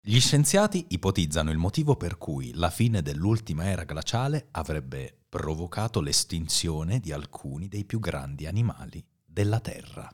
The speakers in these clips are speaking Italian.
Gli scienziati ipotizzano il motivo per cui la fine dell'ultima era glaciale avrebbe provocato l'estinzione di alcuni dei più grandi animali della Terra.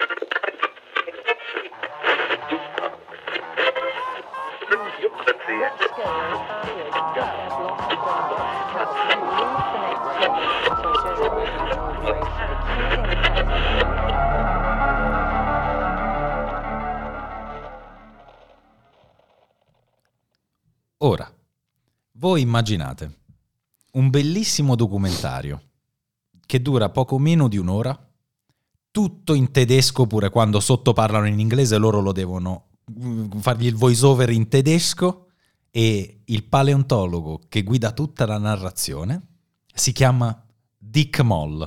Ora, voi immaginate un bellissimo documentario che dura poco meno di un'ora, tutto in tedesco, pure quando sotto parlano in inglese loro lo devono fargli il voice over in tedesco, e il paleontologo che guida tutta la narrazione si chiama Dick Moll.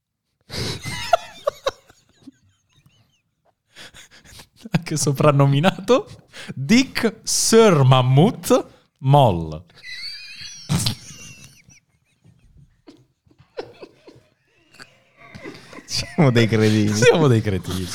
Anche soprannominato Dick Sir Mammut Moll. Siamo dei cretini. Siamo dei cretini.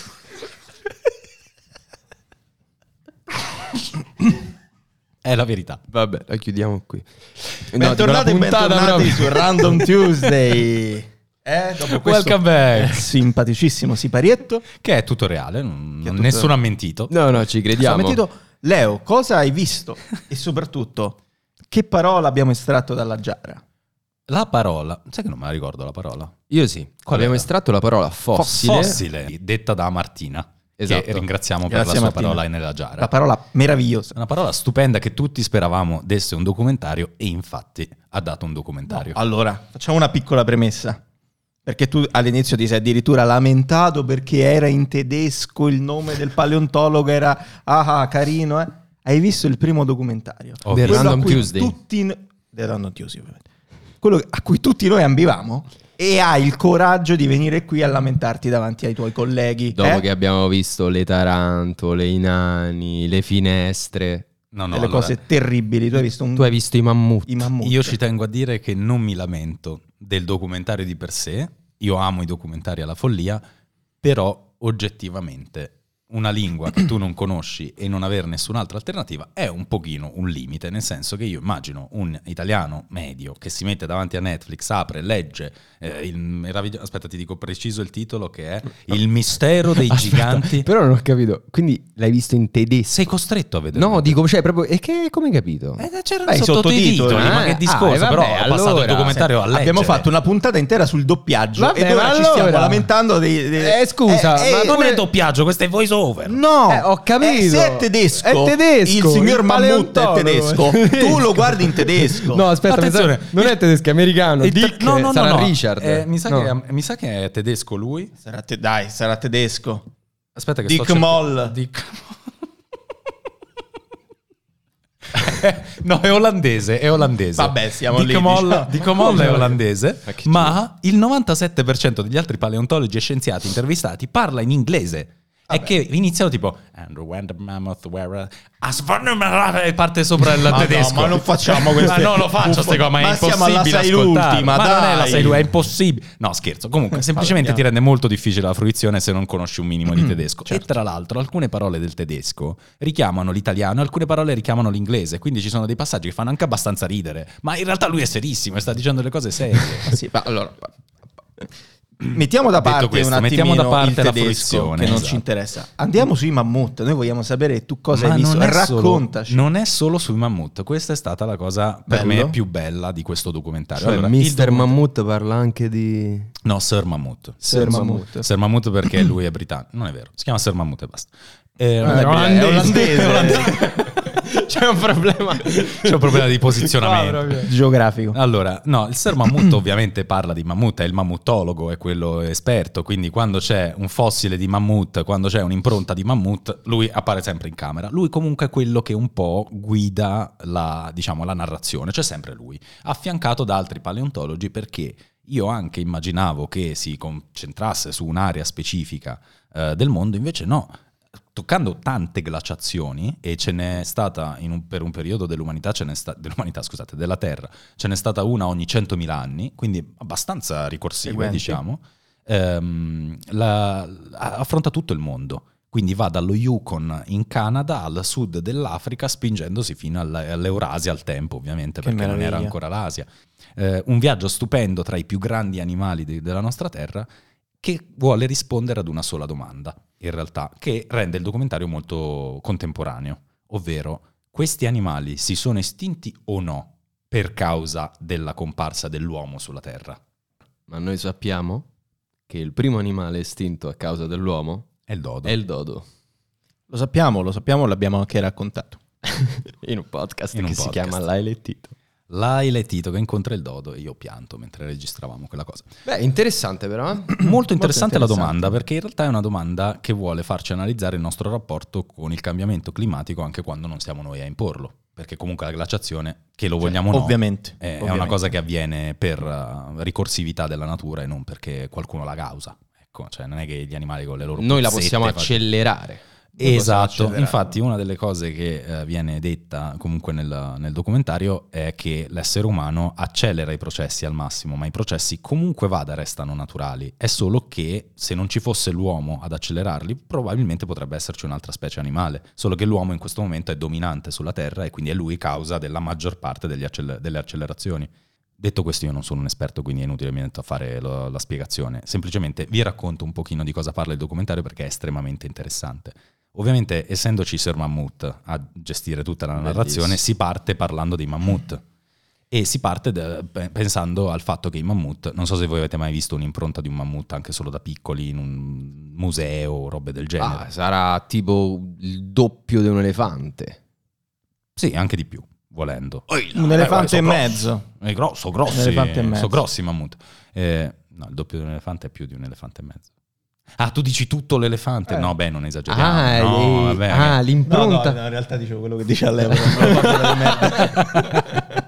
È la verità. Vabbè, la chiudiamo qui. Bentornati su Random Tuesday. Dopo questo Welcome back. Simpaticissimo siparietto. Che è tutto reale, nessuno ha mentito. No, ci crediamo. Ha mentito. Leo, cosa hai visto? E soprattutto, che parola abbiamo estratto dalla giara? La parola, sai che non me la ricordo la parola? Io sì. Abbiamo estratto la parola fossile. Fossile, detta da Martina. Esatto. Che ringraziamo Grazie, per la sua Martina. parola nella giara. La parola meravigliosa. Una parola stupenda che tutti speravamo desse un documentario, e infatti ha dato un documentario. Allora, facciamo una piccola premessa. Perché tu all'inizio ti sei addirittura lamentato perché era in tedesco, il nome del paleontologo era carino, eh? Hai visto il primo documentario? The Quello Random a cui Tuesday. The Random Tuesday, ovviamente. Quello a cui tutti noi ambivamo, e hai il coraggio di venire qui a lamentarti davanti ai tuoi colleghi. Dopo che abbiamo visto le tarantole, i nani, le finestre. No, delle allora, cose terribili. Tu hai visto Tu hai visto i mammut. i mammut. io ci tengo a dire che non mi lamento del documentario di per sé. Io amo i documentari alla follia, però oggettivamente una lingua che tu non conosci e non avere nessun'altra alternativa è un pochino un limite, nel senso che io immagino un italiano medio che si mette davanti a Netflix, apre, legge il meraviglioso, aspetta ti dico preciso il titolo, che è Il mistero dei giganti. Però non ho capito. Quindi l'hai visto in tedesco? Sei costretto a vedere. No, dico, cioè proprio. E che come hai capito? C'erano i i sottotitoli, ma che discorso, vabbè, però ho passato il allora, documentario a leggere. Abbiamo fatto una puntata intera sul doppiaggio. Vabbè, ed ora ma ci stiamo allora- lamentando scusa, Ma non pure- è doppiaggio, questo è voice over. No, ho capito. Se è tedesco, È tedesco, il signor il Mammut è paleontologo. tedesco. Tu lo guardi in tedesco. No, aspetta, Attenzione, non è tedesco, è americano. Dick sarà Richard. Mi sa, No. mi sa che è tedesco lui. Sarà tedesco. Aspetta che Dick sto cercando. Moll. Dick No, è olandese. Vabbè, siamo Dick lì, Moll, diciamo. Dick Moll è olandese, Ma che ma il 97% degli altri paleontologi e scienziati intervistati parla in inglese. È che iniziano tipo And when the mammoth were e parte sopra il tedesco. No, ma non facciamo queste. Ma non lo faccio queste cose, ma è siamo alla impossibile 6 ascoltarlo. l'ultima, Ma non è la dai. 6 è impossibile. No, scherzo. Comunque, semplicemente ti rende molto difficile la fruizione se non conosci un minimo di tedesco. certo. E tra l'altro, alcune parole del tedesco richiamano l'italiano, alcune parole richiamano l'inglese. Quindi ci sono dei passaggi che fanno anche abbastanza ridere. Ma in realtà lui è serissimo e sta dicendo delle cose serie. Sì, ma allora mettiamo da Detto parte questo, un attimino mettiamo da parte il la tedesco fruizione, che non esatto. ci interessa. Andiamo sui mammut. Noi vogliamo sapere tu cosa Ma hai visto. non è Raccontaci. non è solo sui mammut. Questa è stata la cosa per Bello. me più bella di questo documentario. Cioè, Allora, Mr. Mammut parla anche di No, Sir Mammut. Sir Mammut. Sir Mammut perché lui è britannico. Non è vero. Si chiama Sir Mammut e basta. È olandese. C'è un problema. C'è un problema di posizionamento. Geografico. Allora, no, il Sir Mammut ovviamente parla di mammut, è il mammutologo, è quello esperto, quindi quando c'è un fossile di mammut, quando c'è un'impronta di mammut, lui appare sempre in camera. Lui comunque è quello che un po' guida la narrazione, c'è sempre lui, affiancato da altri paleontologi, perché io anche immaginavo che si concentrasse su un'area specifica del mondo, invece no. Toccando tante glaciazioni, e ce n'è stata per un periodo della Terra, ce n'è stata una ogni 100.000 anni, quindi abbastanza ricorsiva, diciamo, affronta tutto il mondo. quindi va dallo Yukon in Canada al sud dell'Africa, spingendosi fino all'Eurasia al tempo, ovviamente, Che perché non era meraviglia. ancora l'Asia. Un viaggio stupendo tra i più grandi animali della nostra terra, che vuole rispondere ad una sola domanda, in realtà, che rende il documentario molto contemporaneo, ovvero: questi animali si sono estinti o no per causa della comparsa dell'uomo sulla Terra? Ma noi sappiamo che il primo animale estinto a causa dell'uomo È il dodo. è il dodo. Lo sappiamo, l'abbiamo anche raccontato. In un podcast In un che si podcast. chiama L'hai lettito. L'hai lettito che incontra il dodo e io pianto mentre registravamo quella cosa. Beh, interessante però. Molto interessante la interessante. domanda, perché in realtà è una domanda che vuole farci analizzare il nostro rapporto con il cambiamento climatico anche quando non siamo noi a imporlo. Perché comunque la glaciazione, che lo vogliamo o no, Ovviamente. è ovviamente. una cosa che avviene per ricorsività della natura e non perché qualcuno la causa. Ecco, cioè non è che gli animali con le loro Noi la puzzette possiamo facciano- accelerare. Esatto, infatti una delle cose che viene detta comunque nel documentario è che l'essere umano accelera i processi al massimo, ma i processi comunque restano naturali. È solo che se non ci fosse l'uomo ad accelerarli, probabilmente potrebbe esserci un'altra specie animale, solo che l'uomo in questo momento è dominante sulla Terra e quindi è lui causa della maggior parte delle accelerazioni. Detto questo, io non sono un esperto, quindi è inutile a fare la spiegazione. Semplicemente vi racconto un pochino di cosa parla il documentario perché è estremamente interessante. Ovviamente, essendoci Sir Mammut a gestire tutta la narrazione, si parte parlando dei mammut. E si parte pensando al fatto che i mammut, non so se voi avete mai visto un'impronta di un mammut anche solo da piccoli in un museo o robe del genere. Sarà tipo il doppio di un elefante. Sì, anche di più, volendo. Un elefante e mezzo. Sono grossi, Un elefante e mezzo. sono grossi i mammut. No, il doppio di un elefante è più di un elefante e mezzo. Ah, tu dici tutto l'elefante? No, beh, non esageriamo. No, vabbè. L'impronta. No, in realtà dicevo quello che dice all'epoca. Non me lo faccio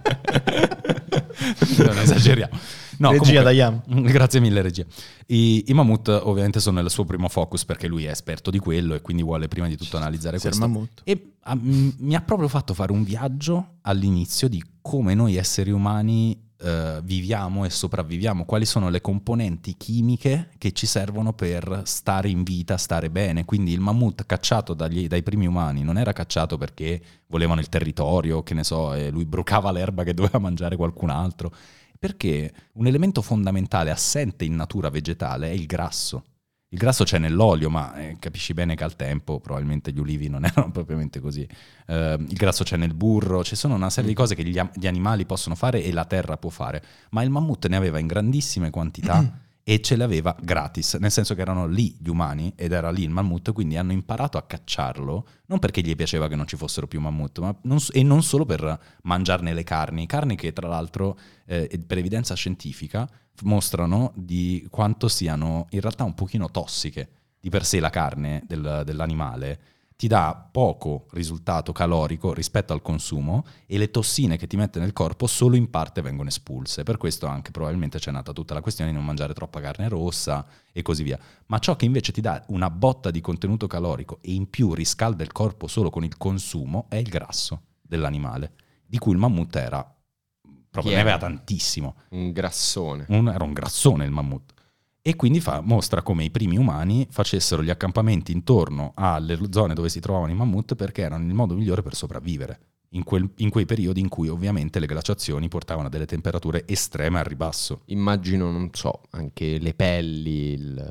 Non esageriamo. No, Regia, comunque, tagliamo. Grazie mille, regia. I mammut ovviamente sono nel suo primo focus perché lui è esperto di quello e quindi vuole prima di tutto analizzare Sir questo. Mammut. E mi ha proprio fatto fare un viaggio all'inizio di come noi esseri umani viviamo e sopravviviamo, quali sono le componenti chimiche che ci servono per stare in vita, stare bene. Quindi il mammut cacciato dai primi umani non era cacciato perché volevano il territorio, che ne so, e lui brucava l'erba che doveva mangiare qualcun altro, perché un elemento fondamentale assente in natura vegetale è il grasso. Il grasso c'è nell'olio, ma capisci bene che al tempo probabilmente gli ulivi non erano propriamente così. Il grasso c'è nel burro, ci sono una serie di cose che gli animali possono fare e la terra può fare, ma il mammut ne aveva in grandissime quantità e ce le aveva gratis, nel senso che erano lì gli umani ed era lì il mammut, quindi hanno imparato a cacciarlo, non perché gli piaceva che non ci fossero più mammut, ma non solo per mangiarne le carni che tra l'altro per evidenza scientifica mostrano di quanto siano in realtà un pochino tossiche. Di per sé la carne dell'animale ti dà poco risultato calorico rispetto al consumo e le tossine che ti mette nel corpo solo in parte vengono espulse. Per questo anche probabilmente c'è nata tutta la questione di non mangiare troppa carne rossa e così via. Ma ciò che invece ti dà una botta di contenuto calorico e in più riscalda il corpo solo con il consumo è il grasso dell'animale, di cui il mammut era proprio, ne aveva tantissimo. Un grassone. Era un grassone il mammut. E quindi mostra come i primi umani facessero gli accampamenti intorno alle zone dove si trovavano i mammut perché erano il modo migliore per sopravvivere in quei periodi in cui ovviamente le glaciazioni portavano a delle temperature estreme al ribasso. Immagino, non so, anche le pelli,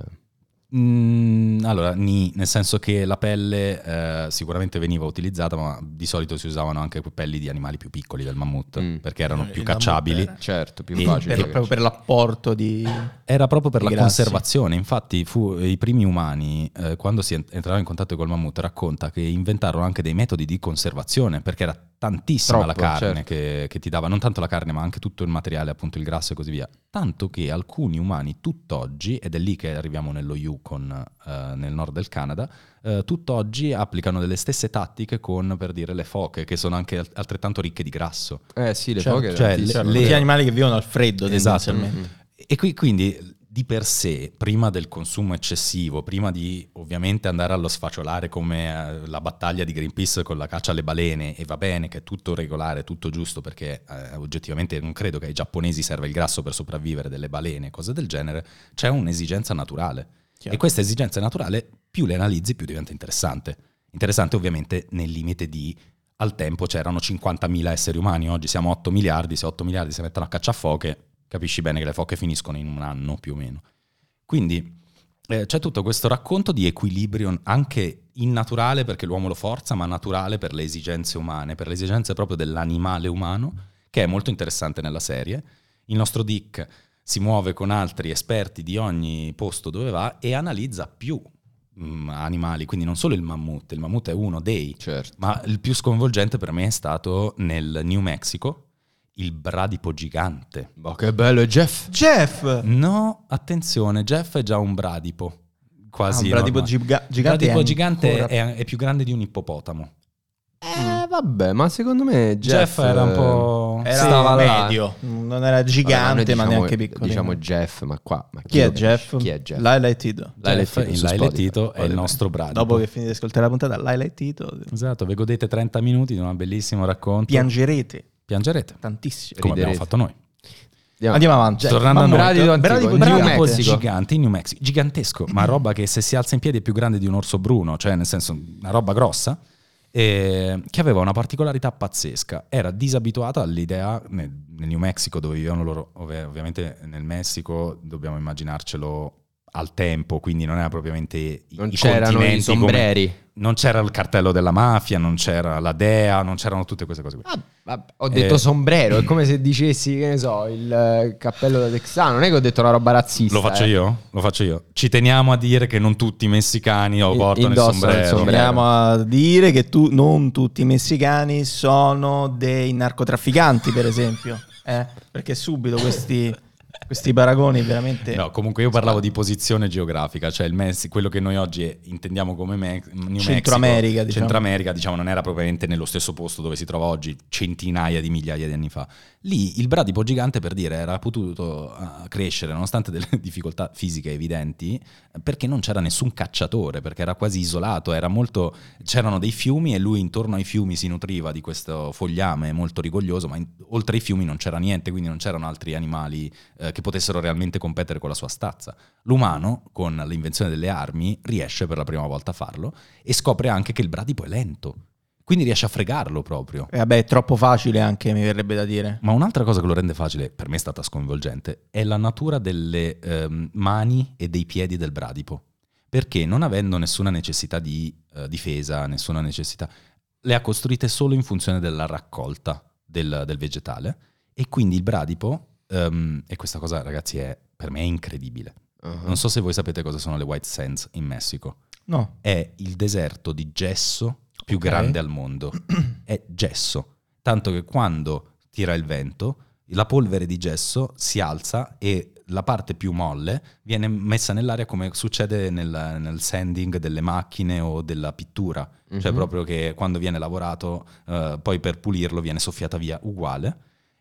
Allora, nel senso che la pelle sicuramente veniva utilizzata, ma di solito si usavano anche pelli di animali più piccoli del mammut perché erano più Il cacciabili. mammut certo, più E facile. proprio per l'apporto di... Era proprio per I la grassi. conservazione. Infatti i primi umani, quando si entrava in contatto col mammut, racconta che inventarono anche dei metodi di conservazione perché era tantissima la Troppo, carne certo. che ti dava, non tanto la carne ma anche tutto il materiale, appunto il grasso e così via, tanto che alcuni umani tutt'oggi, ed è lì che arriviamo nello Yukon nel nord del Canada, tutt'oggi applicano delle stesse tattiche con, per dire, le foche, che sono anche altrettanto ricche di grasso. Sì, le Certo, foche. cioè, tantissimo. le- Tutti gli animali che vivono al freddo, Esatto. tendenzialmente. E quindi di per sé, prima del consumo eccessivo, prima di ovviamente andare allo sfacciolare come la battaglia di Greenpeace con la caccia alle balene, e va bene che è tutto regolare, tutto giusto, perché oggettivamente non credo che ai giapponesi serva il grasso per sopravvivere, delle balene, cose del genere, c'è un'esigenza naturale. Chiaro. E questa esigenza naturale più le analizzi più diventa interessante. Interessante ovviamente nel limite di al tempo c'erano 50.000 esseri umani, oggi siamo 8 miliardi, se 8 miliardi si mettono a cacciafoche, capisci bene che le foche finiscono in un anno più o meno. Quindi c'è tutto questo racconto di equilibrio anche innaturale perché l'uomo lo forza, ma naturale per le esigenze umane, per le esigenze proprio dell'animale umano, che è molto interessante nella serie. Il nostro Dick si muove con altri esperti di ogni posto dove va e analizza più animali, quindi non solo il mammut è uno dei, Certo. ma il più sconvolgente per me è stato nel New Mexico, il bradipo gigante. Boh, che bello, è Jeff. Jeff! No, attenzione, Jeff è già un bradipo, quasi un bradipo normale. gigante. Il bradipo gigante ancora- è più grande di un ippopotamo. Vabbè, ma secondo me Jeff era un po'... Era stava là. medio, non era Vabbè, gigante, ma ma noi neanche piccolo. Diciamo Jeff, ma qua... Ma Chi è lo capisce? Jeff? Chi è Jeff? Laila e Tito. Jeff, Tito su Laila e Spotify. Tito è il nostro bradipo. Dopo che finite di ascoltare la puntata, Laila e Tito, Esatto, vi godete 30 minuti di un bellissimo racconto. piangerete Piangerete, tantissimo. come abbiamo Riderete. fatto noi. Andiamo avanti. Jeff, Tornando a noi. bradipo antico, Bradipo in New gigante. Mexico. Gigante in New Mexico, gigantesco, ma roba che se si alza in piedi è più grande di un orso bruno, cioè nel senso una roba grossa, che aveva una particolarità pazzesca. Era disabituata all'idea nel New Mexico dove vivevano loro, ovviamente nel Messico dobbiamo immaginarcelo al tempo, quindi non era propriamente Non i c'erano i continenti come- sombreri. non c'era il cartello della mafia, non c'era la DEA, non c'erano tutte queste cose qui. Ho detto sombrero, è come se dicessi, che ne so, il cappello da texano. Non è che ho detto una roba razzista. Lo faccio io? Lo faccio io. Ci teniamo a dire che non tutti i messicani portano il indossano il sombrero. sombrero. Proviamo a dire che non tutti i messicani sono dei narcotrafficanti, per esempio. Perché subito questi paragoni veramente... No, comunque io parlavo di posizione geografica, cioè il Messico, quello che noi oggi intendiamo come New Centro America, Mexico, diciamo. Centro America, diciamo, non era propriamente nello stesso posto dove si trova oggi centinaia di migliaia di anni fa. Lì il bradipo gigante, per dire, era potuto crescere nonostante delle difficoltà fisiche evidenti, perché non c'era nessun cacciatore, perché era quasi isolato, c'erano dei fiumi e lui intorno ai fiumi si nutriva di questo fogliame molto rigoglioso, ma oltre ai fiumi non c'era niente, quindi non c'erano altri animali che potessero realmente competere con la sua stazza. L'umano, con l'invenzione delle armi, riesce per la prima volta a farlo e scopre anche che il bradipo è lento, quindi riesce a fregarlo proprio. Vabbè, è troppo facile anche, mi verrebbe da dire. Ma un'altra cosa che lo rende facile, per me è stata sconvolgente, è la natura delle mani e dei piedi del bradipo. Perché non avendo nessuna necessità di difesa, nessuna necessità, le ha costruite solo in funzione della raccolta del vegetale, e quindi il bradipo, e questa cosa ragazzi per me è incredibile. Non so se voi sapete cosa sono le White Sands in Messico. No. È il deserto di gesso più grande al mondo. È gesso. Tanto che quando tira il vento, la polvere di gesso si alza e la parte più molle viene messa nell'aria come succede nel sanding delle macchine o della pittura. Cioè proprio che quando viene lavorato, poi per pulirlo viene soffiata via uguale.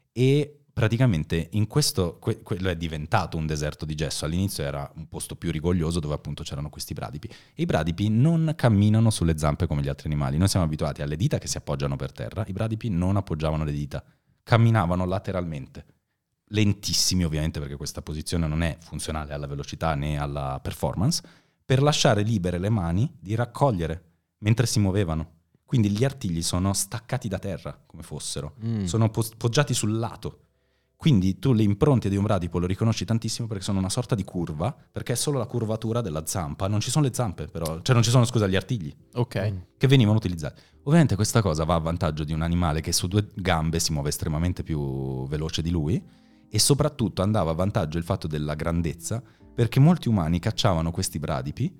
E praticamente in questo quello è diventato un deserto di gesso. All'inizio era un posto più rigoglioso dove appunto c'erano questi bradipi, e i bradipi non camminano sulle zampe come gli altri animali. Noi siamo abituati alle dita che si appoggiano per terra, i bradipi non appoggiavano le dita, camminavano lateralmente, lentissimi ovviamente perché questa posizione non è funzionale alla velocità né alla performance, per lasciare libere le mani di raccogliere mentre si muovevano. Quindi gli artigli sono staccati da terra come fossero, sono poggiati sul lato. Quindi tu le impronte di un bradipo lo riconosci tantissimo perché sono una sorta di curva, perché è solo la curvatura della zampa, non ci sono le zampe però, cioè non ci sono, scusa, gli artigli Ok. che venivano utilizzati. Ovviamente questa cosa va a vantaggio di un animale che su 2 gambe si muove estremamente più veloce di lui, e soprattutto andava a vantaggio il fatto della grandezza, perché molti umani cacciavano questi bradipi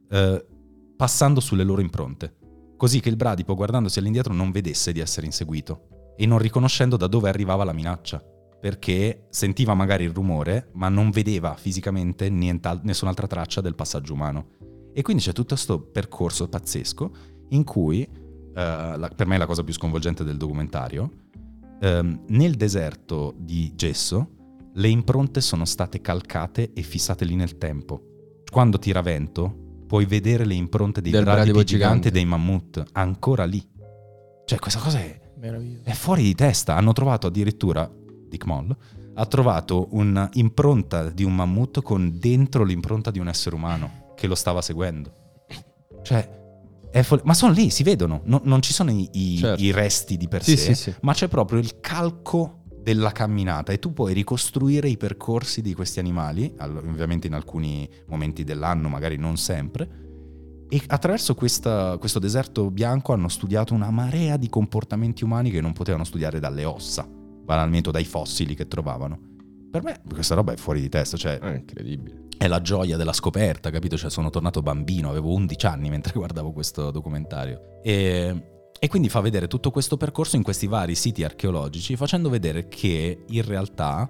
passando sulle loro impronte, così che il bradipo, guardandosi all'indietro, non vedesse di essere inseguito e non riconoscendo da dove arrivava la minaccia, perché sentiva magari il rumore ma non vedeva fisicamente nessun'altra traccia del passaggio umano. E quindi c'è tutto questo percorso pazzesco in cui, per me è la cosa più sconvolgente del documentario, nel deserto di gesso le impronte sono state calcate e fissate lì nel tempo. Quando tira vento puoi vedere le impronte dei Del bradipi bradipo giganti gigante. e dei mammut ancora lì. Cioè questa cosa Meraviglioso. è fuori di testa. Hanno trovato addirittura, Dick Moll ha trovato un'impronta di un mammut con dentro l'impronta di un essere umano che lo stava seguendo. Cioè, ma sono lì, si vedono, non ci sono Certo. i resti di per Sì, sé, sì. ma c'è proprio il calco della camminata e tu puoi ricostruire i percorsi di questi animali, ovviamente in alcuni momenti dell'anno, magari non sempre, e attraverso questo deserto bianco hanno studiato una marea di comportamenti umani che non potevano studiare dalle ossa, banalmente, o dai fossili che trovavano. Per me questa roba è fuori di testa, cioè È incredibile. è la gioia della scoperta, capito? Cioè sono tornato bambino, avevo 11 anni mentre guardavo questo documentario e quindi fa vedere tutto questo percorso in questi vari siti archeologici, facendo vedere che in realtà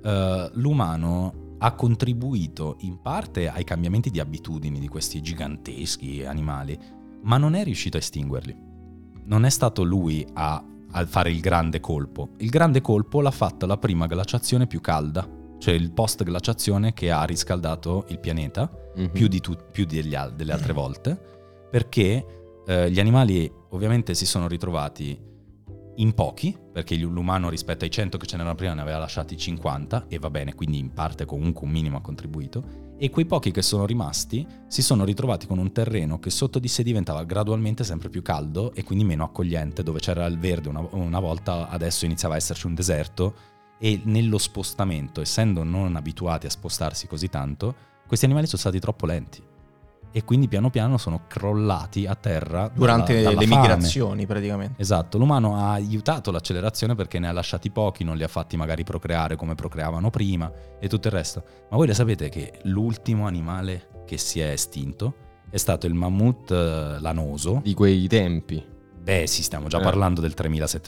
l'umano ha contribuito in parte ai cambiamenti di abitudini di questi giganteschi animali, ma non è riuscito a estinguerli. Non è stato lui a fare il grande colpo. Il grande colpo l'ha fatto la prima glaciazione più calda, cioè il post-glaciazione che ha riscaldato il pianeta più delle altre volte, perché gli animali ovviamente si sono ritrovati in pochi, perché l'umano rispetto ai 100 che ce n'erano prima ne aveva lasciati 50, e va bene, quindi in parte comunque un minimo ha contribuito, e quei pochi che sono rimasti si sono ritrovati con un terreno che sotto di sé diventava gradualmente sempre più caldo e quindi meno accogliente, dove c'era il verde una volta, adesso iniziava a esserci un deserto, e nello spostamento, essendo non abituati a spostarsi così tanto, questi animali sono stati troppo lenti e quindi piano piano sono crollati a terra Durante dalla le fame. migrazioni praticamente. Esatto, l'umano ha aiutato l'accelerazione perché ne ha lasciati pochi, non li ha fatti magari procreare come procreavano prima e tutto il resto. Ma voi le sapete che l'ultimo animale che si è estinto è stato il mammut lanoso? Di quei tempi. Beh sì, stiamo già parlando del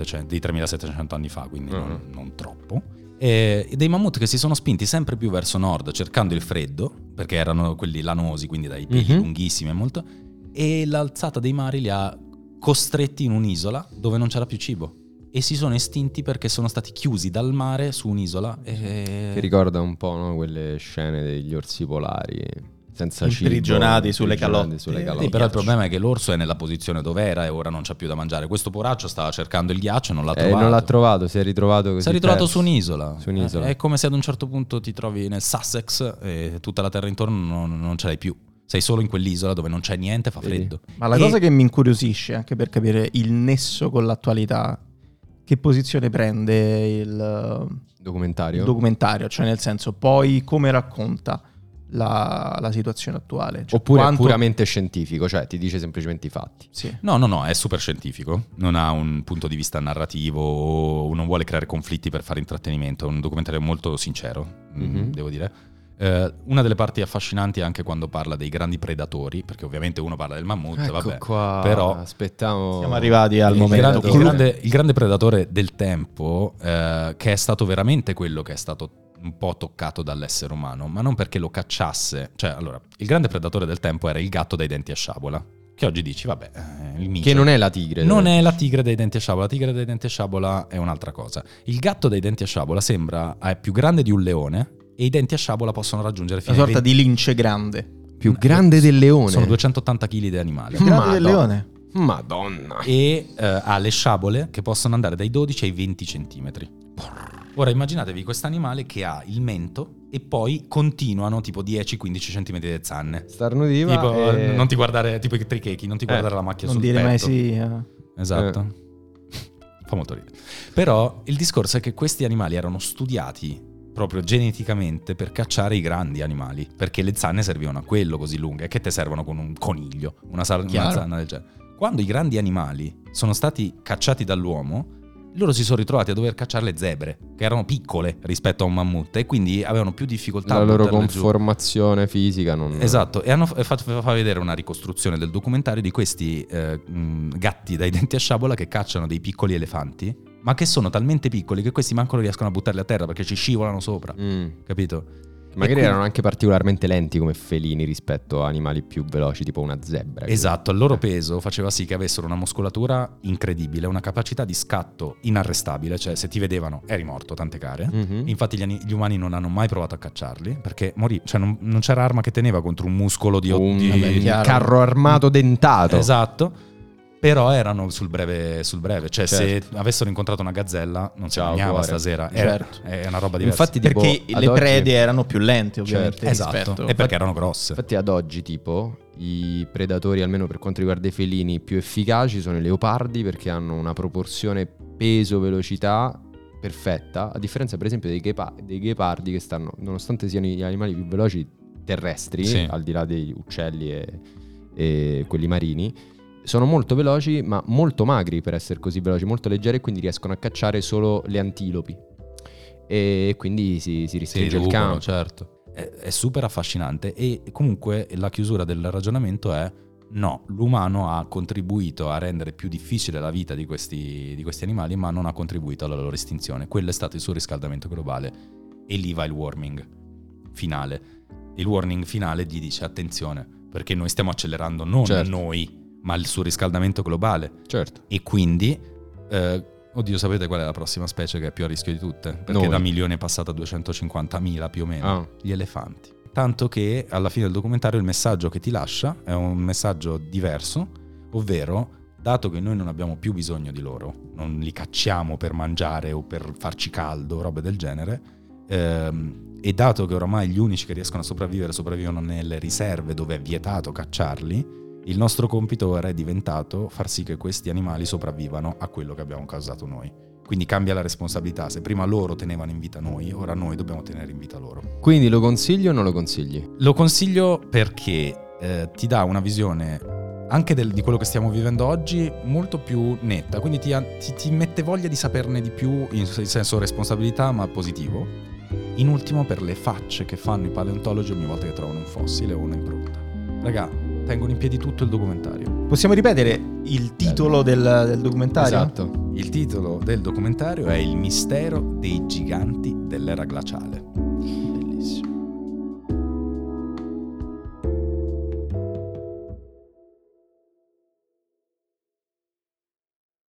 3700 anni fa, quindi non troppo. E dei mammut che si sono spinti sempre più verso nord cercando il freddo, perché erano quelli lanosi, quindi dai peli lunghissimi e molto, e l'alzata dei mari li ha costretti in un'isola dove non c'era più cibo e si sono estinti perché sono stati chiusi dal mare su un'isola Che ricorda un po', no? Quelle scene degli orsi polari senza cibo, Imprigionati sulle imprigionati calotte. Sì, però il problema è che l'orso è nella posizione dove era e ora non c'ha più da mangiare. Questo poraccio stava cercando il ghiaccio e non l'ha trovato. non l'ha trovato, si è ritrovato così. Si è ritrovato perso. su un'isola. Su un'isola. È come se ad un certo punto ti trovi nel Sussex e tutta la terra intorno non ce l'hai più. Sei solo in quell'isola dove non c'è niente, fa Vedi? freddo. Ma la cosa che mi incuriosisce, anche per capire il nesso con l'attualità, che posizione prende il documentario? Cioè nel senso, poi come racconta la situazione attuale? Cioè, Oppure è puramente scientifico, cioè ti dice semplicemente i fatti. Sì. No, è super scientifico. Non ha un punto di vista narrativo o non vuole creare conflitti per fare intrattenimento. È un documentario molto sincero, devo dire. Una delle parti affascinanti è anche quando parla dei grandi predatori, perché ovviamente uno parla del mammut, Ecco vabbè, qua, però aspettiamo. Siamo arrivati al momento. il grande predatore del tempo, che è stato veramente quello che è stato un po' toccato dall'essere umano, ma non perché lo cacciasse. Cioè, allora, il grande predatore del tempo era il gatto dai denti a sciabola, che oggi dici, vabbè, il micio. Che non è la tigre. Non è la tigre dei denti a sciabola. La tigre dei denti a sciabola è un'altra cosa. Il gatto dai denti a sciabola è più grande di un leone e i denti a sciabola possono raggiungere fino Una a sorta di lince grande. più grande del leone. Sono 280 kg di animale. Grande del leone. Madonna. E ha le sciabole che possono andare dai 12 ai 20 centimetri. Ora immaginatevi quest'animale che ha il mento e poi continuano tipo 10-15 centimetri di zanne. Starnutiva. Tipo, non ti guardare, tipo i trichechi, non ti guardare la macchia Non sul dire petto. mai sì. Esatto. Fa molto ridere. Però il discorso è che questi animali erano studiati proprio geneticamente per cacciare i grandi animali, perché le zanne servivano a quello così lunghe, che te servono con un coniglio, una zanna del genere. Quando i grandi animali sono stati cacciati dall'uomo, loro si sono ritrovati a dover cacciare le zebre, che erano piccole rispetto a un mammut e quindi avevano più difficoltà La a loro buttarle giù. conformazione fisica non... Esatto, e hanno fatto vedere una ricostruzione del documentario di questi gatti dai denti a sciabola che cacciano dei piccoli elefanti, ma che sono talmente piccoli che questi manco riescono a buttarli a terra perché ci scivolano sopra, capito? Magari quindi erano anche particolarmente lenti come felini rispetto a animali più veloci, tipo una zebra. Esatto, il loro peso faceva sì che avessero una muscolatura incredibile, una capacità di scatto inarrestabile, cioè se ti vedevano eri morto, tante care. Infatti gli umani non hanno mai provato a cacciarli perché morì, cioè non c'era arma che teneva contro un muscolo di un carro armato dentato. Esatto. Però erano sul breve, cioè Certo. se avessero incontrato una gazzella non si Ciao, bagnava cuore. stasera, Certo. è una roba diversa. Infatti, tipo, Perché ad le oggi- prede erano più lente, ovviamente. Esatto, rispetto. e perché erano grosse. Infatti ad oggi tipo i predatori, almeno per quanto riguarda i felini, più efficaci sono i leopardi, perché hanno una proporzione peso-velocità perfetta, a differenza per esempio dei ghepardi, che stanno, nonostante siano gli animali più veloci terrestri, Sì. al di là degli uccelli e quelli marini, sono molto veloci ma molto magri per essere così veloci, molto leggeri, e quindi riescono a cacciare solo le antilopi e quindi si restringe il rubano, campo. certo. È super affascinante, e comunque la chiusura del ragionamento è: no, l'umano ha contribuito a rendere più difficile la vita di questi animali, ma non ha contribuito alla loro estinzione. Quello è stato il surriscaldamento globale, e lì va il warning finale. Il warning finale gli dice: attenzione, perché noi stiamo accelerando non noi, ma il surriscaldamento globale. Certo. E quindi oddio, sapete qual è la prossima specie che è più a rischio di tutte? Perché Noi. da milione è passata a 250.000 più o meno. Ah. Gli elefanti. Tanto che alla fine del documentario il messaggio che ti lascia è un messaggio diverso, ovvero: dato che noi non abbiamo più bisogno di loro, non li cacciamo per mangiare o per farci caldo, robe del genere, e dato che oramai gli unici che riescono a sopravvivono nelle riserve dove è vietato cacciarli, il nostro compito ora è diventato far sì che questi animali sopravvivano a quello che abbiamo causato noi. Quindi cambia la responsabilità. Se prima loro tenevano in vita noi, ora noi dobbiamo tenere in vita loro. Quindi lo consiglio o non lo consigli? Lo consiglio perché ti dà una visione anche di quello che stiamo vivendo oggi molto più netta, quindi ti mette voglia di saperne di più, in senso responsabilità, ma positivo. In ultimo, per le facce che fanno i paleontologi ogni volta che trovano un fossile o un'impronta. Raga, tengono in piedi tutto il documentario. Possiamo ripetere il titolo del documentario? Esatto. Il titolo del documentario è Il mistero dei giganti dell'era glaciale.